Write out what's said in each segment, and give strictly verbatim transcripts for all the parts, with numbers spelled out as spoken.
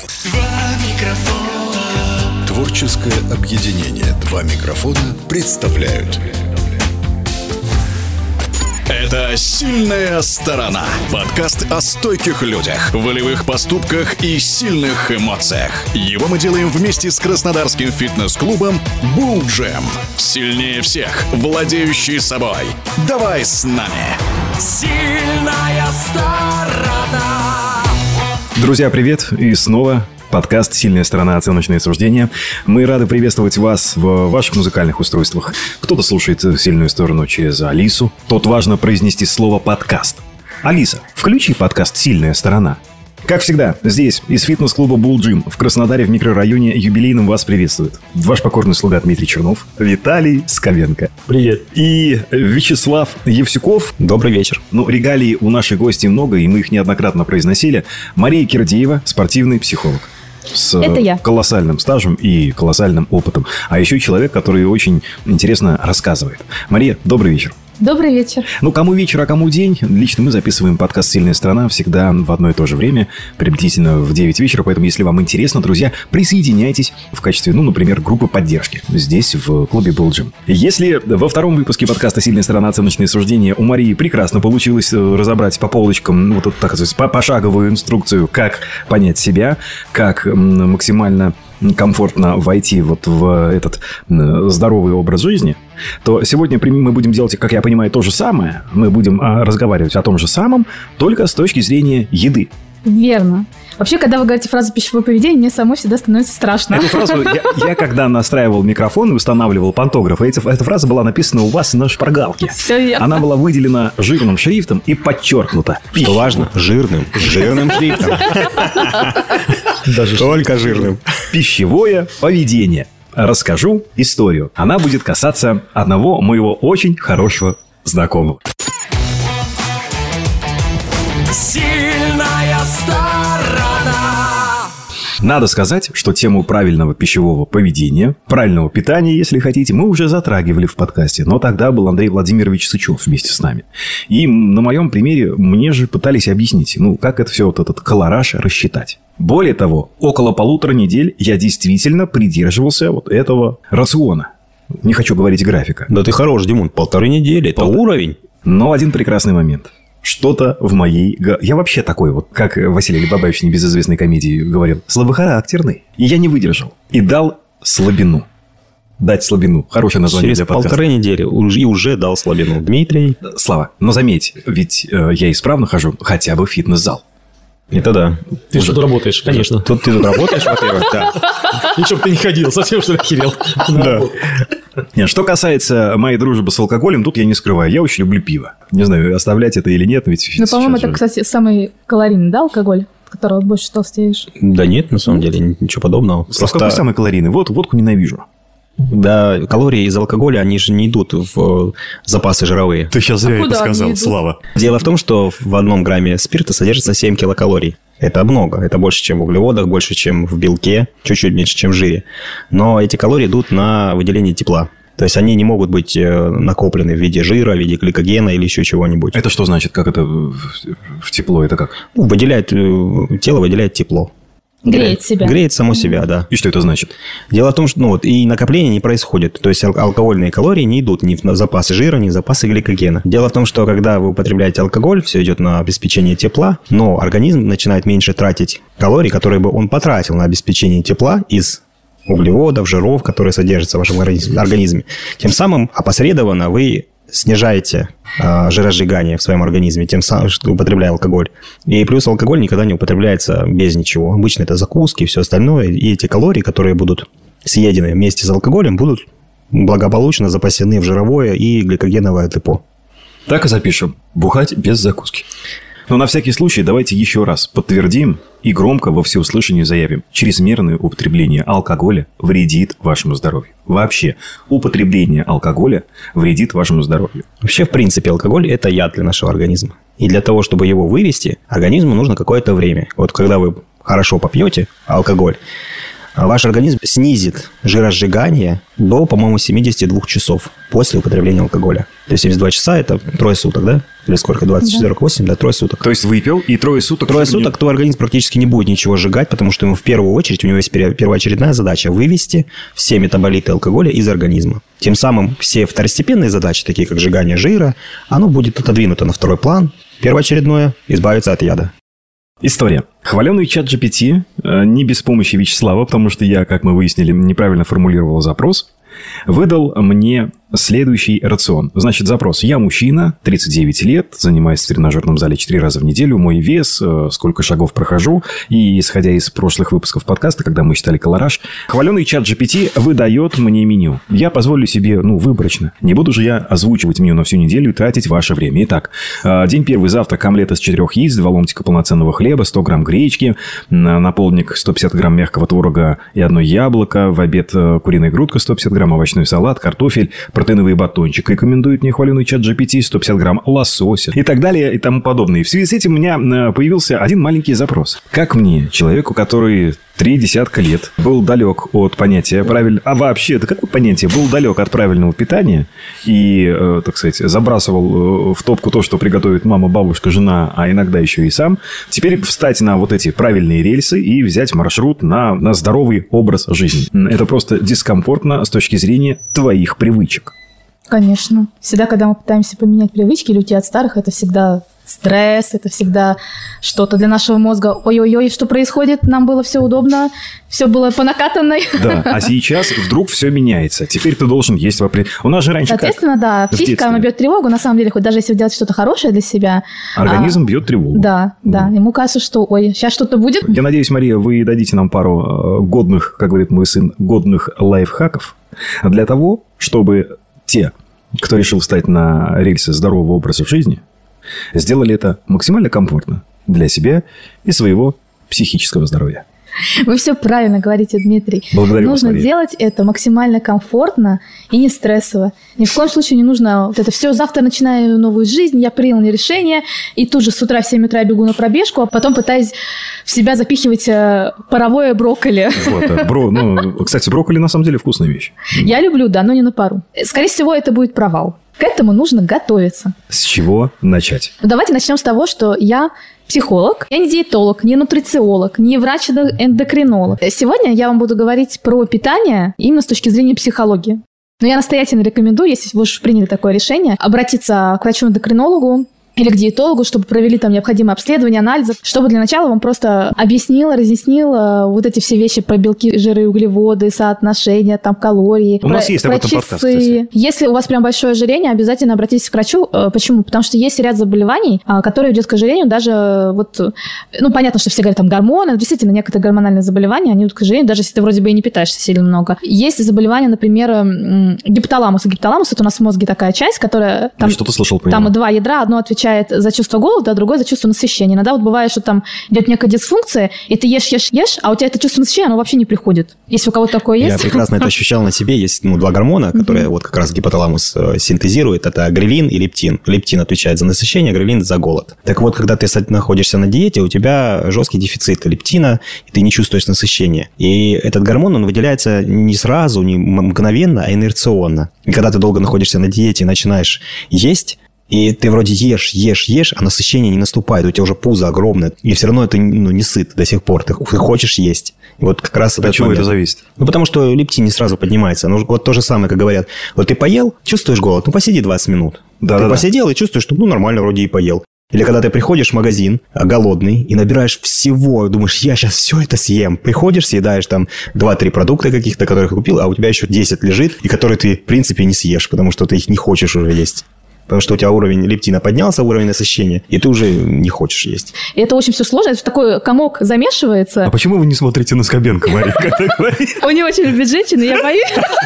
Два микрофона. Творческое объединение «Два микрофона» представляют. Это «Сильная сторона». Подкаст о стойких людях, волевых поступках и сильных эмоциях. Его мы делаем вместе с краснодарским фитнес-клубом Bull Gym. Сильнее всех, владеющий собой. Давай с нами. Сильная сторона. Друзья, привет! И снова подкаст «Сильная сторона. Оценочные суждения». Мы рады приветствовать вас в ваших музыкальных устройствах. Кто-то слушает «Сильную сторону» через Алису. Тут важно произнести слово «подкаст». Алиса, включи подкаст «Сильная сторона». Как всегда, здесь, из фитнес-клуба Bull Gym в Краснодаре в микрорайоне Юбилейном вас приветствует ваш покорный слуга Дмитрий Чернов, Виталий Сковенко. Привет. И Вячеслав Евсюков. Добрый вечер. Ну, регалий у нашей гости много, и мы их неоднократно произносили. Мария Кирдеева, спортивный психолог. С Это я. колоссальным стажем и колоссальным опытом. А еще человек, который очень интересно рассказывает. Мария, добрый вечер. Добрый вечер. Ну, кому вечер, а кому день. Лично мы записываем подкаст «Сильная сторона» всегда в одно и то же время, приблизительно в девять вечера. Поэтому, если вам интересно, друзья, присоединяйтесь в качестве, ну, например, группы поддержки здесь, в клубе Bull Gym. Если во втором выпуске подкаста «Сильная сторона. Оценочные суждения» у Марии прекрасно получилось разобрать по полочкам, ну, вот так сказать, пошаговую инструкцию, как понять себя, как максимально комфортно войти вот в этот здоровый образ жизни, то сегодня мы будем делать, как я понимаю, то же самое. Мы будем разговаривать о том же самом, только с точки зрения еды. Верно. Вообще, когда вы говорите фразу «пищевое поведение», мне самой всегда становится страшно. Эту фразу я, я когда настраивал микрофон и устанавливал пантограф, эти, эта фраза была написана у вас на шпаргалке. Все верно. Она была выделена жирным шрифтом и подчеркнута. Что важно? Жирным. Жирным шрифтом. Даже только жирным. Пищевое поведение. Расскажу историю. Она будет касаться одного моего очень хорошего знакомого. Сильная сторона. Надо сказать, что тему правильного пищевого поведения, правильного питания, если хотите, мы уже затрагивали в подкасте. Но тогда был Андрей Владимирович Сычев вместе с нами. И на моем примере мне же пытались объяснить, ну, как это все, вот этот колораж рассчитать. Более того, около полутора недель я действительно придерживался вот этого рациона. Не хочу говорить графика. Да ты хорош, Димон, полторы недели, это Пол... уровень. Но один прекрасный момент. Что-то в моей... Я вообще такой вот, как Василий Либабаевич в небезызвестной комедии говорил, слабохарактерный. И я не выдержал. И дал слабину. Дать слабину. Хорошее название Через для подкаста. полторы недели и уже дал слабину. Дмитрий. Слава, но заметь, ведь э, я исправно хожу хотя бы в фитнес-зал. Это да. Ты уже... что тут работаешь, конечно. Тут ты тут работаешь, во-первых, да. Ничего бы ты не ходил, совсем что ли охерел. Да. Нет, что касается моей дружбы с алкоголем, тут я не скрываю, я очень люблю пиво. Не знаю, оставлять это или нет, ведь... Ну, по-моему, это, же... кстати, самый калорийный, да, алкоголь, от которого больше толстеешь? Да нет, на самом деле, ничего подобного. Просто... Какой самый калорийный? Вот, водку ненавижу. Да, калории из алкоголя, они же не идут в запасы жировые. Ты сейчас зря а это сказал, Слава. Дело в том, что в одном грамме спирта содержится семь килокалорий. Это много. Это больше, чем в углеводах, больше, чем в белке, чуть-чуть меньше, чем в жире. Но эти калории идут на выделение тепла. То есть, они не могут быть накоплены в виде жира, в виде гликогена или еще чего-нибудь. Это что значит? Как это в тепло? Это как? Ну, выделяет, тело выделяет тепло. Греет себя. Греет само себя, да. И что это значит? Дело в том, что ну, вот, и накопление не происходит. То есть, ал- алкогольные калории не идут ни в запасы жира, ни в запасы гликогена. Дело в том, что когда вы употребляете алкоголь, все идет на обеспечение тепла, но организм начинает меньше тратить калорий, которые бы он потратил на обеспечение тепла из углеводов, жиров, которые содержатся в вашем организме. Тем самым опосредованно вы снижаете э, жиросжигание в своем организме, тем самым, что употребляя алкоголь. И плюс алкоголь никогда не употребляется без ничего. Обычно это закуски и все остальное. И эти калории, которые будут съедены вместе с алкоголем, будут благополучно запасены в жировое и гликогеновое депо. Так и запишем. Бухать без закуски. Но на всякий случай давайте еще раз подтвердим и громко во всеуслышание заявим. Чрезмерное употребление алкоголя вредит вашему здоровью. Вообще, употребление алкоголя вредит вашему здоровью. Вообще, в принципе, алкоголь – это яд для нашего организма. И для того, чтобы его вывести, организму нужно какое-то время. Вот когда вы хорошо попьете алкоголь, ваш организм снизит жиросжигание до, по-моему, семьдесят два часов после употребления алкоголя. То есть семьдесят два часа – это трое суток, да? Или сколько? двадцать четыре сорок восемь, да, трое суток. То есть выпил, и трое суток... Трое суток твой организм практически не будет ничего сжигать, потому что ему в первую очередь, у него есть первоочередная задача – вывести все метаболиты алкоголя из организма. Тем самым все второстепенные задачи, такие как сжигание жира, оно будет отодвинуто на второй план. Первоочередное – избавиться от яда. История. Хваленый чат джи пи ти, не без помощи Вячеслава, потому что я, как мы выяснили, неправильно формулировал запрос, выдал мне следующий рацион. Значит, запрос. Я мужчина, тридцать девять лет, занимаюсь в тренажерном зале четыре раза в неделю, мой вес, сколько шагов прохожу. И, исходя из прошлых выпусков подкаста, когда мы читали колораж, хваленый чат джи пи ти выдает мне меню. Я позволю себе, ну, выборочно. Не буду же я озвучивать меню на всю неделю и тратить ваше время. Итак, день первый. Завтрак: омлет из четырех яиц, два ломтика полноценного хлеба, сто грамм гречки, на полдник сто пятьдесят грамм мягкого творога и одно яблоко, в обед куриная грудка сто пятьдесят грамм, овощной салат, картофель, протеиновый батончик. Рекомендует мне хваленый чат джи пи ти, сто пятьдесят грамм лосося и так далее и тому подобное. И в связи с этим у меня появился один маленький запрос. Как мне, человеку, который три десятка лет был далек от понятия правильного... А вообще, это какое понятие? Был далек от правильного питания и, э, так сказать, забрасывал в топку то, что приготовит мама, бабушка, жена, а иногда еще и сам. Теперь встать на вот эти правильные рельсы и взять маршрут на, на здоровый образ жизни. Это просто дискомфортно с точки зрения твоих привычек. Конечно. Всегда, когда мы пытаемся поменять привычки или уйти от старых, это всегда стресс, это всегда что-то для нашего мозга. Ой-ой-ой, что происходит? Нам было все удобно, все было по накатанной. Да, а сейчас вдруг все меняется. Теперь ты должен есть в апреле. У нас же раньше Соответственно, как? да, психика, она бьет тревогу. На самом деле, хоть даже если вы делаете что-то хорошее для себя... Организм а, бьет тревогу. Да, да. Ему кажется, что, ой, сейчас что-то будет. Я надеюсь, Мария, вы дадите нам пару годных, как говорит мой сын, годных лайфхаков для того, чтобы те, кто решил встать на рельсы здорового образа жизни, сделали это максимально комфортно для себя и своего психического здоровья. Вы все правильно говорите, Дмитрий. Благодарю нужно вас, Мария. делать это максимально комфортно и не стрессово. Ни в коем случае не нужно вот это все, завтра начинаю новую жизнь, я принял решение, и тут же с утра в семь утра бегу на пробежку, а потом пытаюсь в себя запихивать паровое брокколи. Вот, бро, ну, кстати, брокколи на самом деле вкусная вещь. Я люблю, да, но не на пару. Скорее всего, это будет провал. К этому нужно готовиться. С чего начать? Давайте начнем с того, что я психолог, я не диетолог, не нутрициолог, не врач-эндокринолог. Сегодня я вам буду говорить про питание именно с точки зрения психологии. Но я настоятельно рекомендую, если вы уж приняли такое решение, обратиться к врачу-эндокринологу или к диетологу, чтобы провели там необходимые обследования, анализы, чтобы для начала вам просто объяснил, разъяснил э, вот эти все вещи про белки, жиры, углеводы, соотношения, там, калории. У про, нас есть об этом подкаст, кстати. Если у вас прям большое ожирение, обязательно обратитесь к врачу. Э, почему? Потому что есть ряд заболеваний, э, которые идут к ожирению даже э, вот... Ну, понятно, что все говорят там гормоны, действительно, некоторые гормональные заболевания, они идут к ожирению, даже если ты вроде бы и не питаешься сильно много. Есть заболевания, например, э, гипоталамус. Гипоталамус – это у нас в мозге такая часть, которая... Там, Я что-то слышал про Там него. два ядра, одно отвечает за чувство голода, а другое за чувство насыщения. Иногда вот бывает, что там идет некая дисфункция, и ты ешь, ешь, ешь, а у тебя это чувство насыщения, оно вообще не приходит. Если у кого-то такое есть... Я прекрасно это ощущал на себе. Есть ну, два гормона, которые вот как раз гипоталамус э, синтезирует. Это грелин и лептин. Лептин отвечает за насыщение, грелин за голод. Так вот, когда ты находишься на диете, у тебя жесткий дефицит лептина, и ты не чувствуешь насыщения. И этот гормон, он выделяется не сразу, не мгновенно, а инерционно. И когда ты долго находишься на диете и начинаешь есть, и ты вроде ешь, ешь, ешь, а насыщение не наступает, у тебя уже пузо огромное, и все равно ты ну, не сыт до сих пор, ты хочешь есть. И вот как раз От чего момент. Это зависит? Ну, потому что лептин не сразу поднимается. Ну, вот то же самое, как говорят. Вот ты поел, чувствуешь голод, ну, посиди двадцать минут. Да, ты да, посидел да. и чувствуешь, что ну, нормально вроде и поел. Или когда ты приходишь в магазин голодный и набираешь всего, думаешь, я сейчас все это съем. Приходишь, съедаешь там два-три продукта каких-то, которых купил, а у тебя еще десять лежит, и которые ты, в принципе, не съешь, потому что ты их не хочешь уже есть. Потому что у тебя уровень лептина поднялся, уровень насыщения, и ты уже не хочешь есть. И это очень все сложно. Это такой комок замешивается. А почему вы не смотрите на Скобенко, Мария, когда говорит? Он не очень любит женщин, и я боюсь.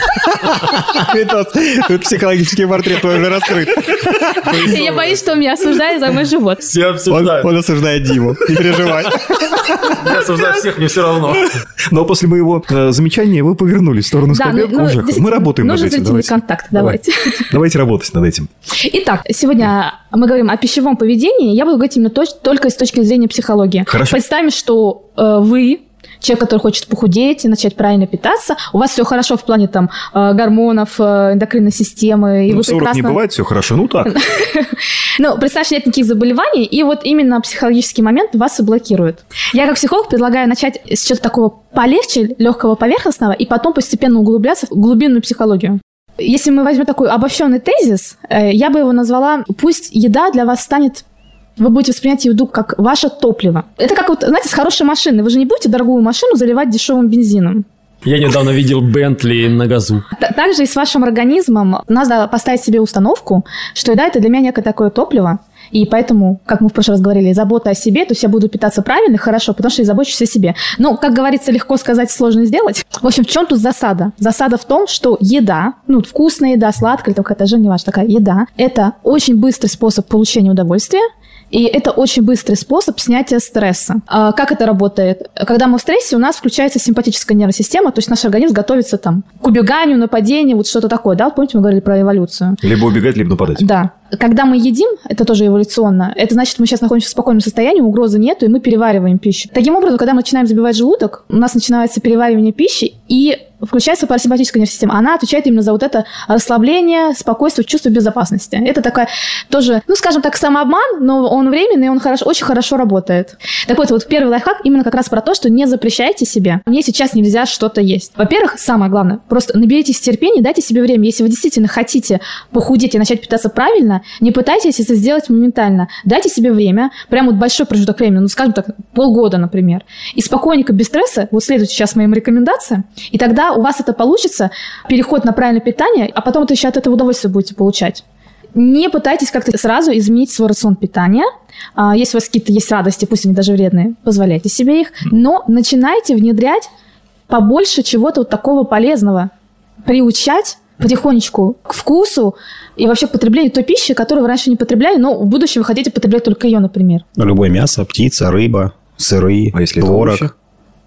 Тут психологический портрет твой уже раскрыт. Я боюсь, что он меня осуждает за мой живот. Все обсуждают. Он осуждает Диму. Не переживай. Я осуждаю всех, мне все равно. Но после моего замечания вы повернулись в сторону Скобенко уже. Мы работаем над этим. Нужен зрительный контакт, давайте. Давайте работать над этим. Итак, сегодня мы говорим о пищевом поведении. Я буду говорить именно точ- только с точки зрения психологии. Хорошо. Представим, что э, вы человек, который хочет похудеть и начать правильно питаться, у вас все хорошо в плане там гормонов, эндокринной системы. И ну, вы сорок прекрасно... не бывает, все хорошо, ну так. Ну, представьте, нет никаких заболеваний, и вот именно психологический момент вас и блокирует. Я как психолог предлагаю начать с чего-то такого полегче, легкого, поверхностного, и потом постепенно углубляться в глубинную психологию. Если мы возьмем такой обобщенный тезис, я бы его назвала «Пусть еда для вас станет...» Вы будете воспринять еду как ваше топливо. Это как, вот, знаете, с хорошей машины. Вы же не будете дорогую машину заливать дешевым бензином. Я недавно видел Бентли на газу. Также и с вашим организмом надо поставить себе установку, что еда – это для меня некое такое топливо. И поэтому, как мы в прошлый раз говорили, забота о себе, то есть я буду питаться правильно, хорошо, потому что я забочусь о себе. Но, как говорится, легко сказать, сложно сделать. В общем, в чем тут засада? Засада в том, что еда, ну, вкусная еда, сладкая, или какая-то же, не важно, такая еда, это очень быстрый способ получения удовольствия. И это очень быстрый способ снятия стресса. А как это работает? Когда мы в стрессе, у нас включается симпатическая нервная система, то есть наш организм готовится там, к убеганию, нападению, вот что-то такое. Да? Вот помните, мы говорили про эволюцию? Либо убегать, либо нападать. Да. Когда мы едим, это тоже эволюционно, это значит, мы сейчас находимся в спокойном состоянии, угрозы нету, и мы перевариваем пищу. Таким образом, когда мы начинаем забивать желудок, у нас начинается переваривание пищи, и включается парасимпатическая нервная система. Она отвечает именно за вот это расслабление, спокойствие, чувство безопасности. Это такая тоже, ну, скажем так, самообман, но он временный, и он хорошо, очень хорошо работает. Так вот, вот первый лайфхак именно как раз про то, что не запрещайте себе. Мне сейчас нельзя что-то есть. Во-первых, самое главное, просто наберитесь терпения, дайте себе время. Если вы действительно хотите похудеть и начать питаться правильно, не пытайтесь это сделать моментально. Дайте себе время, прям вот большой промежуток времени, ну, скажем так, полгода, например. И спокойненько, без стресса, вот следуйте сейчас моим рекомендациям, и тогда у вас это получится, переход на правильное питание, а потом это еще от этого удовольствие будете получать. Не пытайтесь как-то сразу изменить свой рацион питания. Если у вас какие-то есть радости, пусть они даже вредные, позволяйте себе их, но начинайте внедрять побольше чего-то вот такого полезного, приучать потихонечку к вкусу и вообще к потреблению той пищи, которую вы раньше не потребляли, но в будущем вы хотите потреблять только ее, например. Любое мясо, птица, рыба, сыры, а если творог. овощи?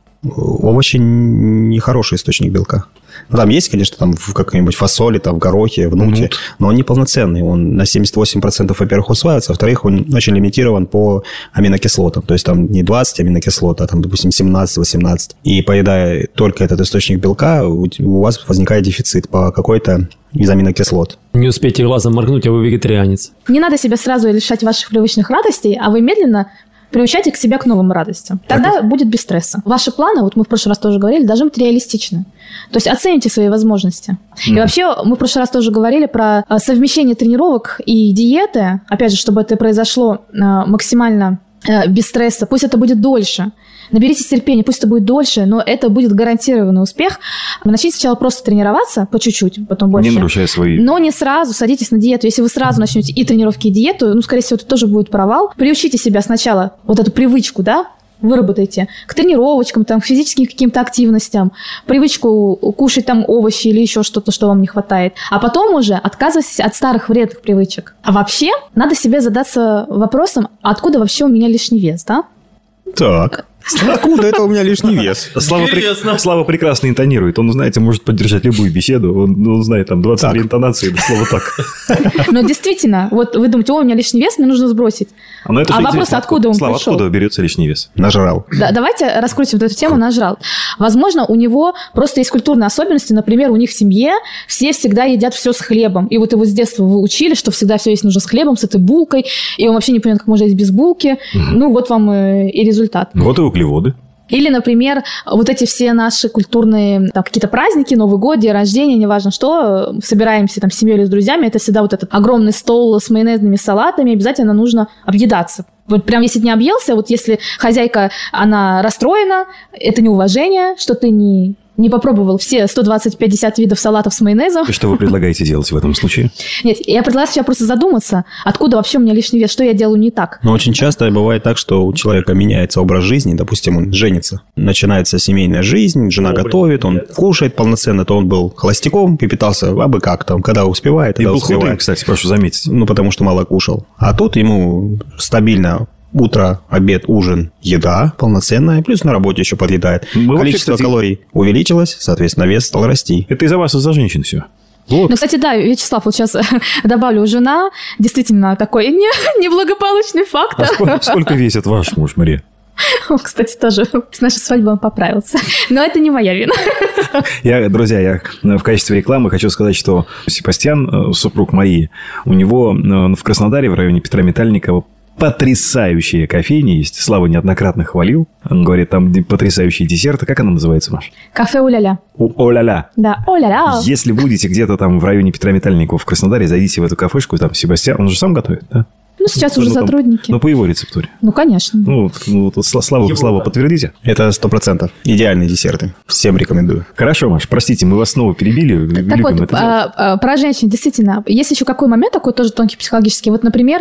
Овощи не хороший источник белка. Там есть, конечно, там в какой-нибудь фасоли, там в горохе, в нуте, Нут. Но он неполноценный. Он на семьдесят восемь процентов, во-первых, усваивается, во-вторых, он очень лимитирован по аминокислотам. То есть там не двадцать аминокислот, а там, допустим, семнадцать-восемнадцать. И поедая только этот источник белка, у вас возникает дефицит по какой-то из аминокислот. Не успейте глазом моргнуть, а вы вегетарианец. Не надо себя сразу лишать ваших привычных радостей, а вы медленно приучайте к себе к новым радостям. Тогда так. будет без стресса. Ваши планы, вот мы в прошлый раз тоже говорили, должны быть реалистичны. То есть оцените свои возможности. Mm. И вообще мы в прошлый раз тоже говорили про совмещение тренировок и диеты. Опять же, чтобы это произошло максимально без стресса. Пусть это будет дольше. Наберитесь терпения, пусть это будет дольше, но это будет гарантированный успех. Начните сначала просто тренироваться по чуть-чуть, потом больше. Не нарушая свои... Но не сразу садитесь на диету. Если вы сразу начнете и тренировки, и диету, ну, скорее всего, это тоже будет провал. Приучите себя сначала, вот эту привычку, да, выработайте к тренировочкам, там, к физическим каким-то активностям, привычку кушать там овощи или еще что-то, что вам не хватает. А потом уже отказывайтесь от старых вредных привычек. А вообще надо себе задаться вопросом, откуда вообще у меня лишний вес, да? Так. Откуда это у меня лишний вес? Слава, при... Слава прекрасно интонирует. Он, знаете, может поддержать любую беседу. Он, он знает там двадцать три так. интонации, это слово так. Но действительно, вот вы думаете, о, у меня лишний вес, мне нужно сбросить. А, это а вопрос, откуда он Слава, пришел? откуда берется лишний вес? Нажрал. Да, давайте раскрутим вот эту тему «нажрал». Возможно, у него просто есть культурные особенности. Например, у них в семье все всегда едят все с хлебом. И вот его с детства вы учили, что всегда все есть нужно с хлебом, с этой булкой. И он вообще не понимает, как можно есть без булки. Угу. Ну, вот вам и результат. Вот и углеводы. Или, например, вот эти все наши культурные там, какие-то праздники, Новый год, день рождения, неважно что, собираемся там с семьей или с друзьями, это всегда вот этот огромный стол с майонезными салатами, обязательно нужно объедаться. Вот прям если не объелся, вот если хозяйка, она расстроена, это неуважение, что ты не... не попробовал все сто двадцать пятьдесят видов салатов с майонезом. И что вы предлагаете делать в этом случае? Нет, я предлагаю сейчас просто задуматься, откуда вообще у меня лишний вес, что я делаю не так. Но очень часто бывает так, что у человека меняется образ жизни, допустим, он женится, начинается семейная жизнь, жена О, готовит, он кушает полноценно, то он был холостяком и питался абы как там, когда успевает, когда и был успевает. худым, кстати, прошу заметить. Ну, потому что мало кушал. А тут ему стабильно утро, обед, ужин, еда полноценная, плюс на работе еще подъедает. Мы Количество вообще, кстати... калорий увеличилось, соответственно, вес стал расти. Это из-за вас, из-за женщин все. Вот. Ну, кстати, да, Вячеслав, вот сейчас добавлю, жена действительно такой не, неблагополучный фактор. А сколько, сколько весит ваш муж, Мария? Он, кстати, тоже с нашей свадьбой он поправился. Но это не моя вина. Я, друзья, я в качестве рекламы хочу сказать, что Себастьян, супруг Марии, у него в Краснодаре, в районе Петра Метальникова, потрясающая кофейня есть. Слава неоднократно хвалил. Он говорит, там потрясающие десерты. Как она называется, Маш? Кафе «О-ля-ля». «О-ля-ля». Да, «О-ля-ля». Если будете где-то там в районе Петра Метальникова в Краснодаре, зайдите в эту кафешку, там Себастьян, он же сам готовит, да? Ну, сейчас ну, уже там, сотрудники. Ну, по его рецептуре. Ну, конечно. Ну, ну вот, Слава, Слава, подтвердите. Это сто процентов. Идеальные десерты. Всем рекомендую. Хорошо, Маш, простите, мы вас снова перебили. Так вот, это а, а, про женщин, действительно. Есть еще какой момент такой тоже тонкий психологический. Вот, например,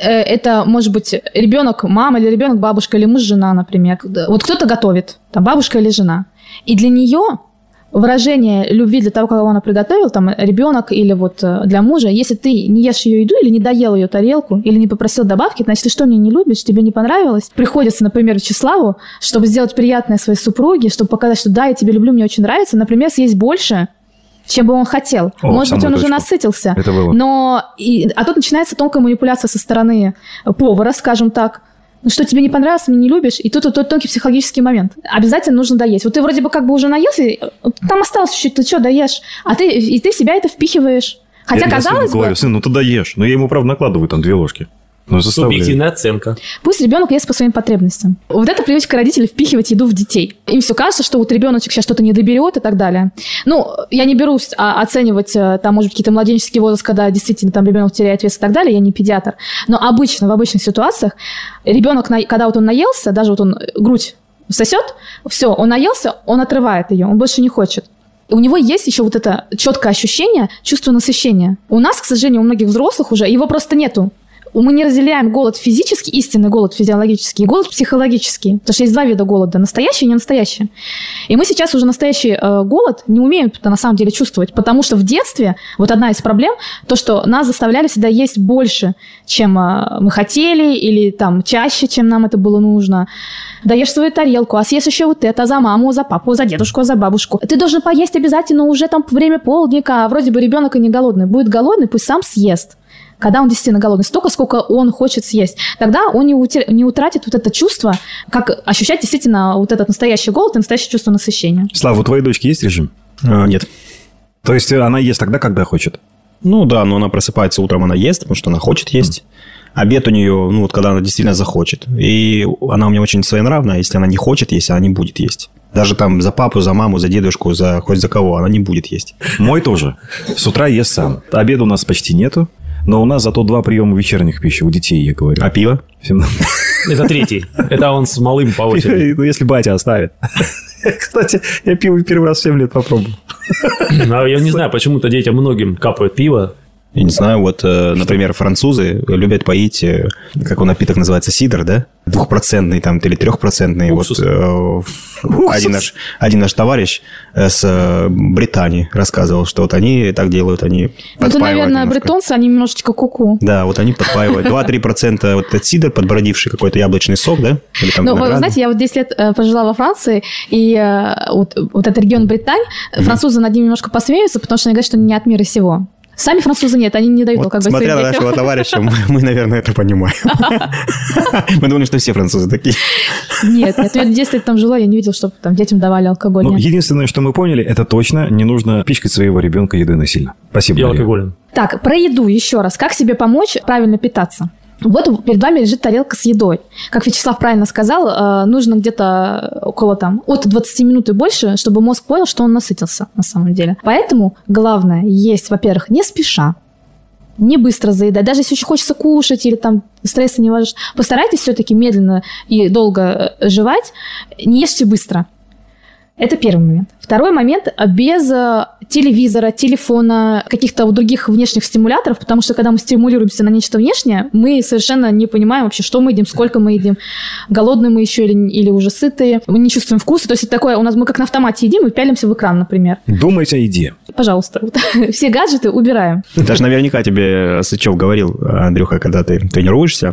это может быть ребенок мама или ребенок бабушка или муж жена, например. Вот кто-то готовит, там, бабушка или жена. И для нее выражение любви для того, кого она приготовила, там, ребенок или вот для мужа, если ты не ешь ее еду или не доел ее тарелку, или не попросил добавки, значит, ты что, мне не любишь, тебе не понравилось? Приходится, например, Вячеславу, чтобы сделать приятное своей супруге, чтобы показать, что да, я тебя люблю, мне очень нравится, например, съесть больше, чем бы он хотел. О, Может быть, он точку. уже насытился. Это было. Но и, а тут начинается тонкая манипуляция со стороны повара, скажем так. Ну что, тебе не понравилось, мне не любишь? И тут вот тот тонкий психологический момент. Обязательно нужно доесть. Вот ты вроде бы как бы уже наелся, там осталось чуть-чуть, ты что, доешь? А ты, и ты в себя это впихиваешь. Хотя, я, казалось я бы... говорю, сын, ну ты доешь. Но я ему, правда, накладываю там две ложки. Ну, субъективная оценка. Пусть ребенок ест по своим потребностям. Вот эта привычка родителей впихивать еду в детей. Им все кажется, что вот ребеночек сейчас что-то не доберет и так далее. Ну, я не берусь а, оценивать, там, может быть, какие-то младенческие возрасты, когда действительно там ребенок теряет вес и так далее, я не педиатр. Но обычно, в обычных ситуациях, ребенок, когда вот он наелся, даже вот он грудь сосет, все, он наелся, он отрывает ее, он больше не хочет. У него есть еще вот это четкое ощущение, чувство насыщения. У нас, к сожалению, у многих взрослых уже его просто нету. Мы не разделяем голод физический, истинный голод физиологический, и голод психологический. Потому что есть два вида голода. Настоящий и ненастоящий. И мы сейчас уже настоящий э, голод не умеем на самом деле чувствовать. Потому что в детстве, вот одна из проблем, то, что нас заставляли всегда есть больше, чем э, мы хотели, или там чаще, чем нам это было нужно. Даешь свою тарелку, а съешь еще вот это за маму, за папу, за дедушку, за бабушку. Ты должен поесть обязательно уже там время полдника, а вроде бы ребенок и не голодный. Будет голодный, пусть сам съест. Когда он действительно голодный, столько, сколько он хочет съесть. Тогда он не, утер... не утратит вот это чувство, как ощущать действительно вот этот настоящий голод и настоящее чувство насыщения. Слава, у твоей дочки есть режим? А, нет. То есть она ест тогда, когда хочет? Ну да, но она просыпается утром, она ест, потому что она хочет есть. Обед у нее, ну вот когда она действительно захочет. И она у меня очень своенравная, если она не хочет есть, она не будет есть. Даже там за папу, за маму, за дедушку, за хоть за кого, она не будет есть. Мой тоже. С утра ест сам. Обеда у нас почти нету. Но у нас зато два приема вечерних пищи у детей, я говорю. А пиво? Это третий. Это он с малым по очереди. Ну, если батя оставит. Кстати, я пиво первый раз в семь лет попробовал. А я не знаю, почему-то детям многим капают пиво. Я не знаю, вот, например, французы любят поить, как он напиток называется, сидр, да? Двухпроцентный там или трехпроцентный. Вот, один, наш, один наш товарищ с Британии рассказывал, что вот они так делают, они подпаивают. Это, наверное, немножко. Бритонцы, они немножечко куку. Да, вот они подпаивают. два-три процента вот этот сидр, подбродивший какой-то яблочный сок, да? Или там ну, вы знаете, я вот десять лет прожила во Франции, и вот, вот этот регион Британь, mm-hmm. французы над ним немножко посмеются, потому что они говорят, что они не от мира сего. Сами французы нет, они не дают вот, алкоголь смотря своим на детям. нашего товарища, мы, мы, наверное, это понимаем. Мы думали, что все французы такие. Нет, нет, я десять лет там жила, я не видела, чтобы там детям давали алкоголь. Ну, единственное, что мы поняли, это точно не нужно пичкать своего ребенка едой насильно. Спасибо, И Мария. алкоголем. Так, про еду еще раз. Как себе помочь правильно питаться? Вот перед вами лежит тарелка с едой. Как Вячеслав правильно сказал, нужно где-то около там от двадцати минут и больше, чтобы мозг понял, что он насытился на самом деле. Поэтому главное есть, во-первых, не спеша, не быстро заедать. Даже если очень хочется кушать или там стресса не важно, постарайтесь все-таки медленно и долго жевать. Не ешьте быстро. Это первый момент. Второй момент – без телевизора, телефона, каких-то других внешних стимуляторов, потому что когда мы стимулируемся на нечто внешнее, мы совершенно не понимаем вообще, что мы едим, сколько мы едим, голодные мы еще или, или уже сытые, мы не чувствуем вкуса. То есть это такое, у нас мы как на автомате едим и пялимся в экран, например. Думайте о еде. Пожалуйста, все гаджеты убираем. Даже наверняка тебе Сычев говорил, Андрюха, когда ты тренируешься,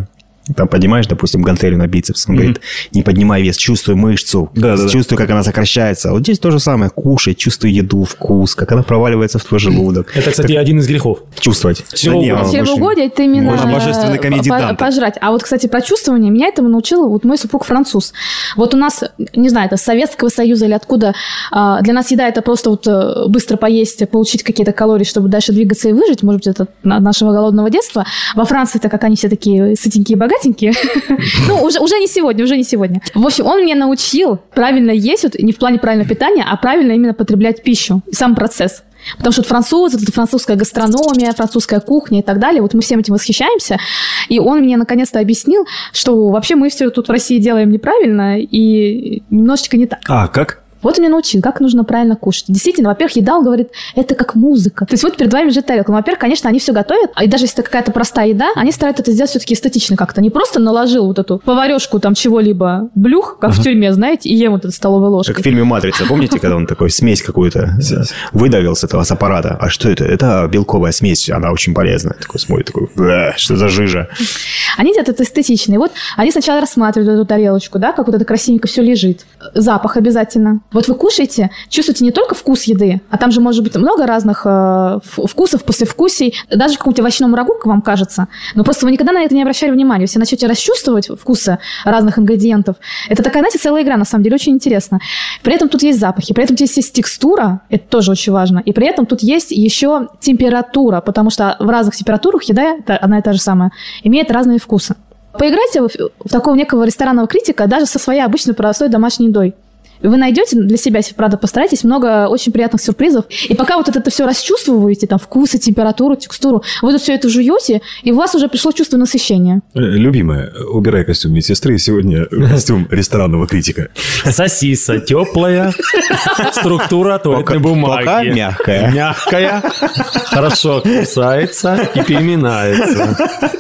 Там поднимаешь, допустим, гантелью на бицепс. Он mm-hmm. говорит, не поднимай вес, чувствуй мышцу. Да, да, чувствуй, да. как она сокращается. Вот здесь то же самое. Кушай, чувствуй еду, вкус, как она проваливается в твой желудок. Это, кстати, так... один из грехов. Чувствовать. Чревоугодие, это именно божественный комедий Данте. Пожрать. А вот, кстати, про чувствование, меня этому научил вот мой супруг француз. Вот у нас, не знаю, это с Советского Союза или откуда, для нас еда это просто вот быстро поесть, получить какие-то калории, чтобы дальше двигаться и выжить. Может быть, это от нашего голодного детства. Во Франции, это как они все такие сытенькие и богатенькие. Ну, уже, уже не сегодня, уже не сегодня. В общем, он меня научил правильно есть, вот, не в плане правильного питания, а правильно именно потреблять пищу, сам процесс. Потому что вот французы, это французская гастрономия, французская кухня и так далее. Вот мы всем этим восхищаемся. И он мне наконец-то объяснил, что вообще мы все тут в России делаем неправильно и немножечко не так. А, как? Вот он меня научил, как нужно правильно кушать. Действительно, во-первых, еда, он говорит, это как музыка. То есть вот перед вами лежит тарелка. Ну, во-первых, конечно, они все готовят, и даже если это какая-то простая еда, они стараются это сделать все-таки эстетично как-то. Не просто наложил вот эту поварешку там чего-либо, блюх, как uh-huh. в тюрьме, знаете, и ем вот эту столовой ложкой. Как в фильме «Матрица». Помните, когда он такой смесь какую-то выдавил с этого с аппарата? А что это? Это белковая смесь, она очень полезная. Такой смотрит, такой, что за жижа? Они делают это эстетично. И вот они сначала рассматривают эту тарелочку, да, как вот это красивенько все лежит. Запах обязательно. Вот вы кушаете, чувствуете не только вкус еды, а там же может быть много разных э, вкусов, послевкусий, даже в каком-то овощном рагу, как вам кажется. Но просто вы никогда на это не обращали внимания. Если начнете расчувствовать вкусы разных ингредиентов, это такая, знаете, целая игра, на самом деле, очень интересно. При этом тут есть запахи, при этом тут есть текстура, это тоже очень важно, и при этом тут есть еще температура, потому что в разных температурах еда, одна и та же самая, имеет разные вкусы. Поиграйте в, в такого некого ресторанного критика даже со своей обычной простой домашней едой. Вы найдете для себя, если правда постараетесь, много очень приятных сюрпризов. И пока вот это все расчувствуете, там, вкусы, температуру, текстуру, вы тут все это жуете, и у вас уже пришло чувство насыщения. Любимая, убирай костюм медсестры, сегодня костюм ресторанного критика. Сосиса теплая, структура туалетной бумаги. Пока мягкая. Мягкая, хорошо кусается и переминается.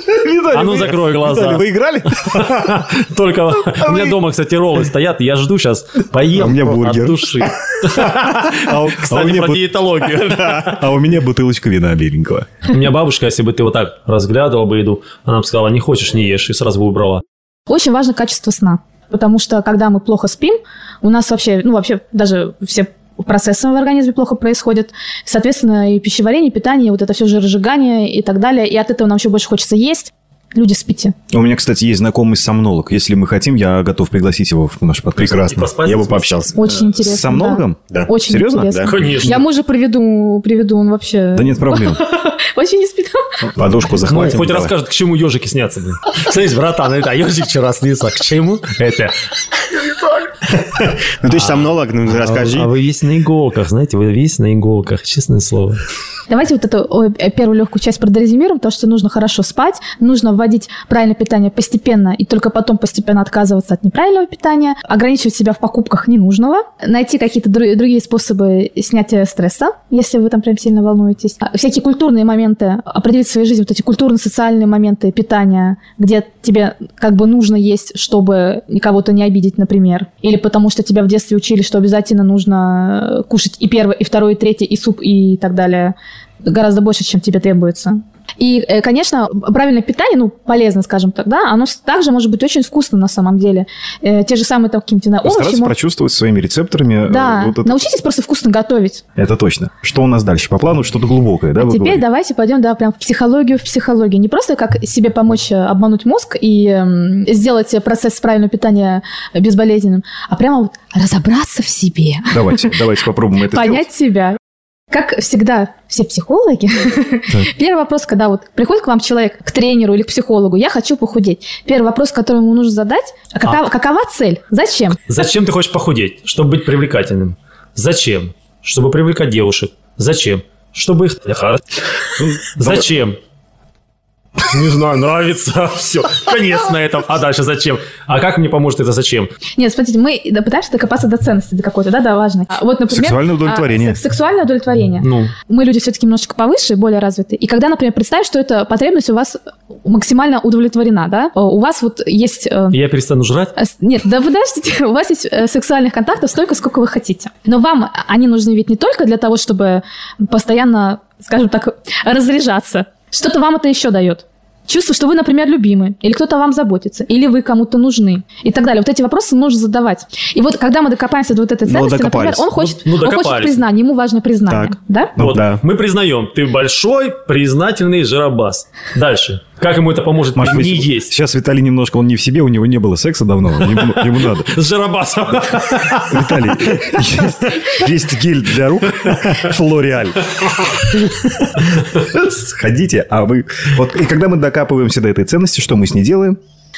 А ну, закрой глаза. Вы играли? Только у меня дома, кстати, роллы стоят, я жду сейчас поем а у меня бургер. От души. Кстати, про диетологию. А у меня бутылочка вина беленького. У меня бабушка, если бы ты вот так разглядывал бы еду, она бы сказала, не хочешь, не ешь, и сразу бы убрала. Очень важно качество сна. Потому что, когда мы плохо спим, у нас вообще, ну, вообще даже все процессы в организме плохо происходят. Соответственно, и пищеварение, и питание, вот это все жиросжигание и так далее. И от этого нам еще больше хочется есть. Люди, спите. У меня, кстати, есть знакомый сомнолог. Если мы хотим, я готов пригласить его в наш подкаст. Прекрасно. Я бы пообщался. Очень интересно. С сомнологом? Да. Очень Серьезно? интересно. Да, конечно. Я мужа приведу, приведу, он вообще... Да нет проблем. Вообще не спит. Подушку захватим. Ну, хоть расскажет, к чему ежики снятся. Смотрите, братан, это ежик вчера снится. К чему это? Ну, ты же сомнолог, ну, расскажи. А вы весь на иголках, знаете, вы весь на иголках, честное слово. Давайте вот эту первую легкую часть продорезюмируем, то, что нужно хорошо спать, нужно вводить правильное питание постепенно и только потом постепенно отказываться от неправильного питания, ограничивать себя в покупках ненужного, найти какие-то другие способы снятия стресса, если вы там прям сильно волнуетесь. Всякие культурные моменты, определить в своей жизни вот эти культурно-социальные моменты питания, где тебе как бы нужно есть, чтобы кого-то не обидеть, например, или потому что тебя в детстве учили, что обязательно нужно кушать и первое, и второе, и третье, и суп, и так далее, гораздо больше, чем тебе требуется. И, конечно, правильное питание, ну, полезно, скажем так, да, оно также может быть очень вкусным на самом деле. Э, те же самые там какие-то овощи. Постараться прочувствовать своими рецепторами. Да, вот это... научитесь просто вкусно готовить. Это точно. Что у нас дальше? По плану что-то глубокое, да? А теперь говорите? Давайте пойдем, да, прям в психологию, в психологию. Не просто как себе помочь обмануть мозг и э, сделать процесс правильного питания безболезненным, а прямо вот разобраться в себе. Давайте, давайте попробуем это сделать. Понять себя. Как всегда, все психологи, первый вопрос, когда вот приходит к вам человек, к тренеру или к психологу, я хочу похудеть. Первый вопрос, который ему нужно задать, а какова, а. какова цель? Зачем? Зачем ты хочешь похудеть? Чтобы быть привлекательным. Зачем? Чтобы привлекать девушек. Зачем? Чтобы их... Зачем? Не знаю, нравится, все, конец на этом. А дальше зачем? А как мне поможет это зачем? Нет, смотрите, мы пытаемся докопаться до ценности до какой-то, да, до важной. Вот, например, сексуальное удовлетворение. А, сексуальное удовлетворение. Ну. Мы люди все-таки немножечко повыше, более развитые. И когда, например, представь, что эта потребность у вас максимально удовлетворена, да? У вас вот есть... Я перестану жрать? Нет, да подождите, у вас есть сексуальных контактов столько, сколько вы хотите. Но вам они нужны ведь не только для того, чтобы постоянно, скажем так, разряжаться. Что-то вам это еще дает. чувство, что вы, например, любимы, или кто-то о вам заботится, или вы кому-то нужны, и так далее. Вот эти вопросы нужно задавать. И вот когда мы докопаемся до вот этой ценности, ну, например, он хочет, ну, ну, он хочет признания, ему важно признание. Так. Да? Ну, вот, да. Мы признаем, ты большой, признательный жиробас. Дальше. Как ему это поможет Маш, не вы, есть? Сейчас Виталий немножко, он не в себе, у него не было секса давно, ему, ему надо. С жиробасом. Виталий, есть, есть гель для рук Флориаль. Сходите, а вы... Вот, и когда мы докапываемся до этой ценности, что мы с ней делаем?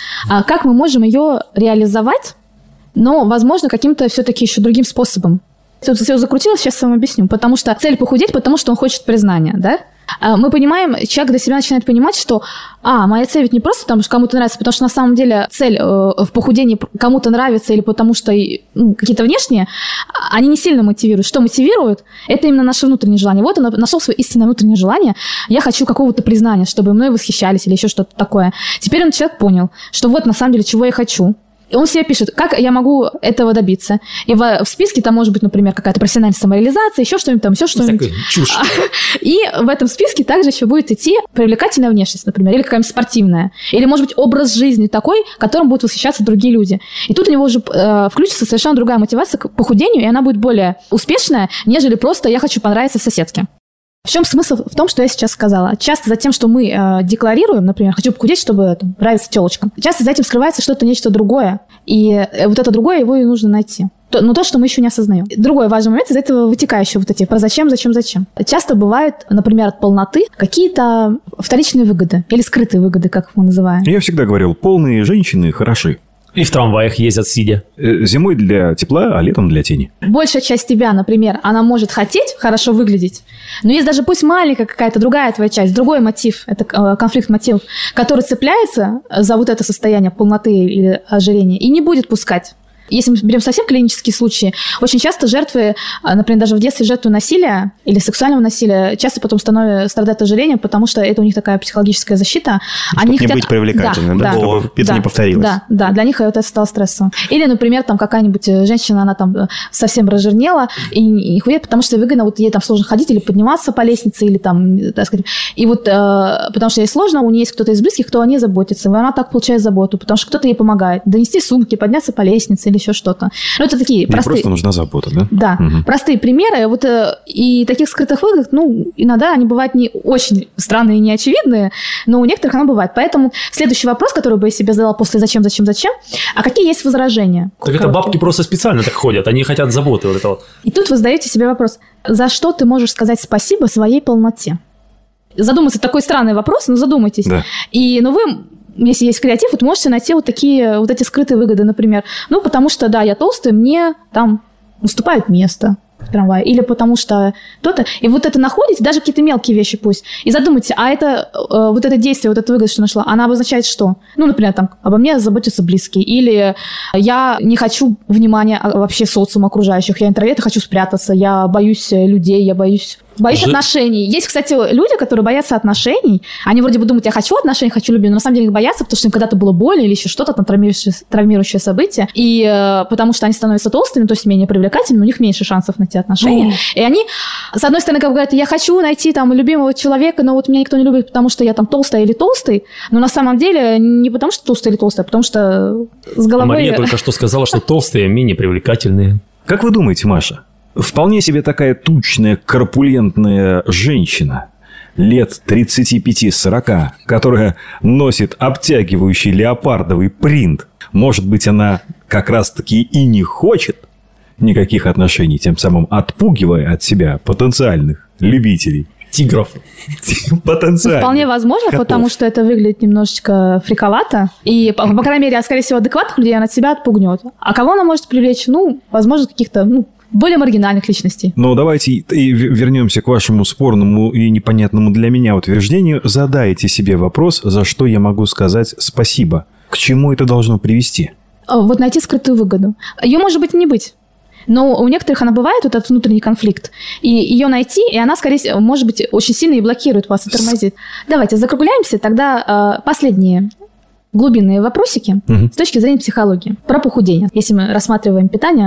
А как мы можем ее реализовать, но, возможно, каким-то все-таки еще другим способом? Тут все закрутилось, сейчас я вам объясню. Потому что цель похудеть, потому что он хочет признания, да? Мы понимаем, человек для себя начинает понимать, что, а, моя цель ведь не просто потому, что кому-то нравится, потому что на самом деле цель э, в похудении кому-то нравится или потому что ну, какие-то внешние, они не сильно мотивируют. Что мотивирует? Это именно наше внутреннее желание. Вот он нашел свое истинное внутреннее желание. Я хочу какого-то признания, чтобы мной восхищались или еще что-то такое. Теперь он человек понял, что вот на самом деле, чего я хочу. И он себе пишет, как я могу этого добиться. И в, в списке там может быть, например, какая-то профессиональная самореализация, еще что-нибудь там, еще что-нибудь. Чушь. И в этом списке также еще будет идти привлекательная внешность, например, или какая-нибудь спортивная. Или, может быть, образ жизни такой, которым будут восхищаться другие люди. И тут у него уже э, включится совершенно другая мотивация к похудению, и она будет более успешная, нежели просто «я хочу понравиться соседке». В чем смысл в том, что я сейчас сказала? Часто за тем, что мы э, декларируем, например, хочу похудеть, чтобы там, нравиться телочкам, часто за этим скрывается что-то, нечто другое. И э, вот это другое, его и нужно найти. То, но то, что мы еще не осознаем. Другой важный момент, из этого вытекающие вот эти про зачем, зачем, зачем. Часто бывают, например, от полноты какие-то вторичные выгоды или скрытые выгоды, как мы называем. Я всегда говорил, полные женщины хороши. И в трамваях ездят сидя. Зимой для тепла, а летом для тени. Большая часть тебя, например, она может хотеть хорошо выглядеть, но есть даже пусть маленькая какая-то другая твоя часть, другой мотив, это конфликт мотивов, который цепляется за вот это состояние полноты или ожирения и не будет пускать. Если мы берем совсем клинические случаи, очень часто жертвы, например, даже в детстве жертвы насилия или сексуального насилия, часто потом становятся, страдают ожирением, потому что это у них такая психологическая защита. Чтобы Они не хотят... быть привлекательным, да, да, да, чтобы это да, не повторилось. Да, да, для них это стало стрессом. Или, например, там какая-нибудь женщина, она там совсем разжирнела и не худеет, потому что выгодно, вот ей там сложно ходить или подниматься по лестнице, или там, так сказать. И вот, э, потому что ей сложно, у нее есть кто-то из близких, кто о ней заботится, и она так получает заботу, потому что кто-то ей помогает донести сумки, подняться по лестнице или еще что-то. Ну, это такие Ей простые... просто нужна забота, да? Да, Угу. простые примеры. Вот, э, и таких скрытых выгод, ну, иногда они бывают не очень странные и неочевидные, но у некоторых она бывает. Поэтому следующий вопрос, который бы я себе задала после «зачем, зачем, зачем», а какие есть возражения? Так это бабки просто специально так ходят, они хотят заботы вот это вот. И тут вы задаете себе вопрос, за что ты можешь сказать спасибо своей полноте? Задуматься, такой странный вопрос, но задумайтесь. Да. И, ну, вы... Если есть креатив, вот можете найти вот такие вот эти скрытые выгоды, например. Ну, потому что, да, я толстый, мне там уступает место в трамвае. Или потому что то-то. И вот это находите, даже какие-то мелкие вещи пусть. И задумайте, а это, э, вот это действие, вот эта выгода, что нашла, она обозначает что? Ну, например, там, обо мне заботятся близкие. Или я не хочу внимания вообще социума окружающих. Я интроверт, я хочу спрятаться. Я боюсь людей, я боюсь... Боюсь Же... отношений. Есть, кстати, люди, которые боятся отношений. Они вроде бы думают, я хочу отношений, хочу любви, но на самом деле их боятся, потому что им когда-то было больно или еще что-то, там, травмирующее, травмирующее событие. И э, потому что они становятся толстыми, то есть менее привлекательными, у них меньше шансов найти отношения. Mm. И они, с одной стороны, как говорят, я хочу найти там любимого человека, но вот меня никто не любит, потому что я там толстая или толстый. Но на самом деле не потому что толстая или толстая, а потому что с головой... Мария только что сказала, что толстые менее привлекательные. Как вы думаете, Маша? Вполне себе такая тучная, корпулентная женщина лет тридцати пяти сорока, которая носит обтягивающий леопардовый принт. Может быть, она как раз-таки и не хочет никаких отношений, тем самым отпугивая от себя потенциальных любителей. Тигров. Потенциально. Вполне возможно, Котов. Потому что это выглядит немножечко фриковато. И, по, по крайней мере, скорее всего, адекватных людей она от себя отпугнет. А кого она может привлечь? Ну, возможно, каких-то... Ну, более маргинальных личностей. Но давайте и вернемся к вашему спорному и непонятному для меня утверждению. Задайте себе вопрос, за что я могу сказать спасибо. К чему это должно привести? Вот найти скрытую выгоду. Ее может быть и не быть. Но у некоторых она бывает, вот этот внутренний конфликт. И ее найти, и она, скорее всего, может быть, очень сильно и блокирует вас, и тормозит. Давайте закругляемся. Тогда э, последние глубинные вопросики угу. с точки зрения психологии. Про похудение. Если мы рассматриваем питание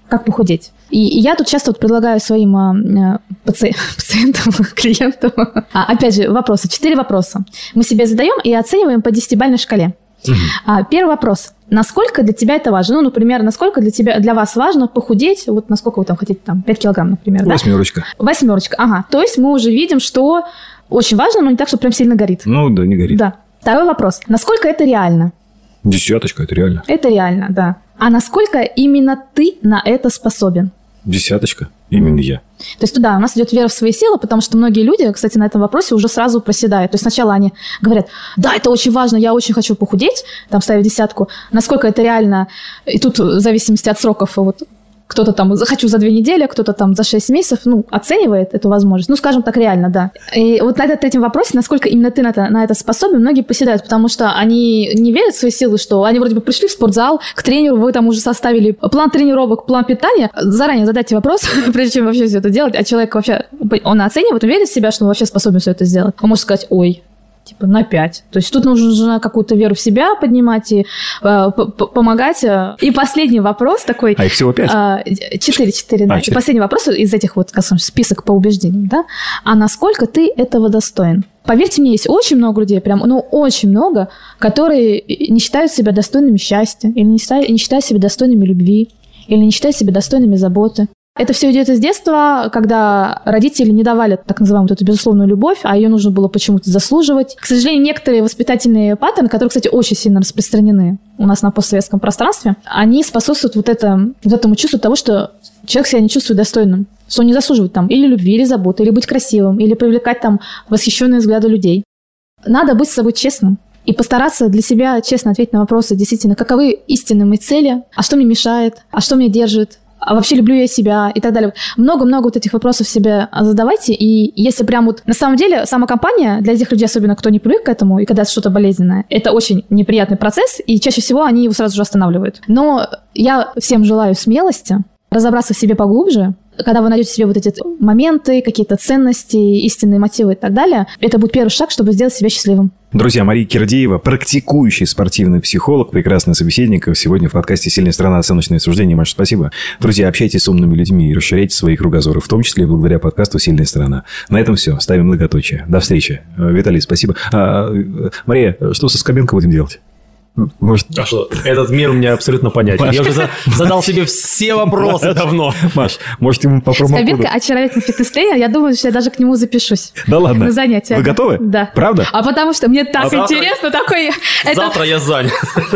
Как похудеть? И, и я тут часто вот предлагаю своим э, паци... пациентам, клиентам, а, опять же, вопросы. Четыре вопроса. Мы себе задаем и оцениваем по десятибалльной шкале. Uh-huh. А, первый вопрос. Насколько для тебя это важно? Ну, например, насколько для тебя, для вас важно похудеть? Вот насколько вы там хотите, там, пять килограмм, например, да? Восьмерочка. Восьмерочка, ага. То есть мы уже видим, что очень важно, но не так, что прям сильно горит. Ну, да, не горит. Да. Второй вопрос. Насколько это реально? Десяточка, это реально. Это реально, да. А насколько именно ты на это способен? Десяточка, именно я. То есть туда у нас идет вера в свои силы, потому что многие люди, кстати, на этом вопросе уже сразу проседают. То есть сначала они говорят, да, это очень важно, я очень хочу похудеть, там ставят десятку. Насколько это реально, и тут в зависимости от сроков, вот кто-то там захочу за две недели, кто-то там за шесть месяцев, ну, оценивает эту возможность. Ну, скажем так, реально, да. И вот на этот третьем вопросе, насколько именно ты на это, на это способен, многие поседают, потому что они не верят в свои силы, что они вроде бы пришли в спортзал, к тренеру, вы там уже составили план тренировок, план питания. Заранее задайте вопрос, прежде чем вообще все это делать, а человек вообще, он оценивает, он верит в себя, что он вообще способен все это сделать. Он может сказать, ой, типа на пять. То есть тут нужно какую-то веру в себя поднимать и э, помогать. И последний вопрос такой... А их всего пять? Четыре, четыре, да. А, и последний вопрос из этих вот, как сказать, список по убеждениям, да. А насколько ты этого достоин? Поверьте мне, есть очень много людей, прям, ну, очень много, которые не считают себя достойными счастья, или не считают, не считают себя достойными любви, или не считают себя достойными заботы. Это все идет из детства, когда родители не давали так называемую вот эту безусловную любовь, а ее нужно было почему-то заслуживать. К сожалению, некоторые воспитательные паттерны, которые, кстати, очень сильно распространены у нас на постсоветском пространстве, они способствуют вот, это, вот этому чувству того, что человек себя не чувствует достойным, что он не заслуживает там или любви, или заботы, или быть красивым, или привлекать там восхищенные взгляды людей. Надо быть с собой честным. И постараться для себя честно ответить на вопросы, действительно, каковы истинные мои цели, а что мне мешает, а что меня держит, а вообще люблю я себя и так далее. Много-много вот этих вопросов себе задавайте, и если прям вот... На самом деле, самокомпания для тех людей, особенно кто не привык к этому, и когда это что-то болезненное, это очень неприятный процесс, и чаще всего они его сразу же останавливают. Но я всем желаю смелости, разобраться в себе поглубже. Когда вы найдете в себе вот эти моменты, какие-то ценности, истинные мотивы и так далее, это будет первый шаг, чтобы сделать себя счастливым. Друзья, Мария Кирдеева, практикующий спортивный психолог, прекрасный собеседник. Сегодня в подкасте «Сильная страна. Оценочные суждения». Маша, спасибо. Друзья, общайтесь с умными людьми и расширяйте свои кругозоры, в том числе благодаря подкасту «Сильная страна». На этом все. Ставим многоточие. До встречи. Виталий, спасибо. А, Мария, что со Скобенко будем делать? Может... А что, этот мир мне абсолютно понятен. Маш. Я уже за... задал себе все вопросы давно. Маш, может, ему по промокоду... Скобенко очаровательный фитнес-тренер. Я думаю, что я даже к нему запишусь. Да ладно? На занятия. Вы готовы? Да. Правда? А потому что мне так а интересно. Завтра... Такой... Завтра я занят.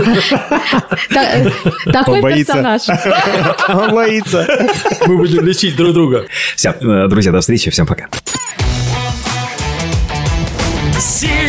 Такой персонаж. Он боится. Мы будем лечить друг друга. Все, друзья, до встречи. Всем пока.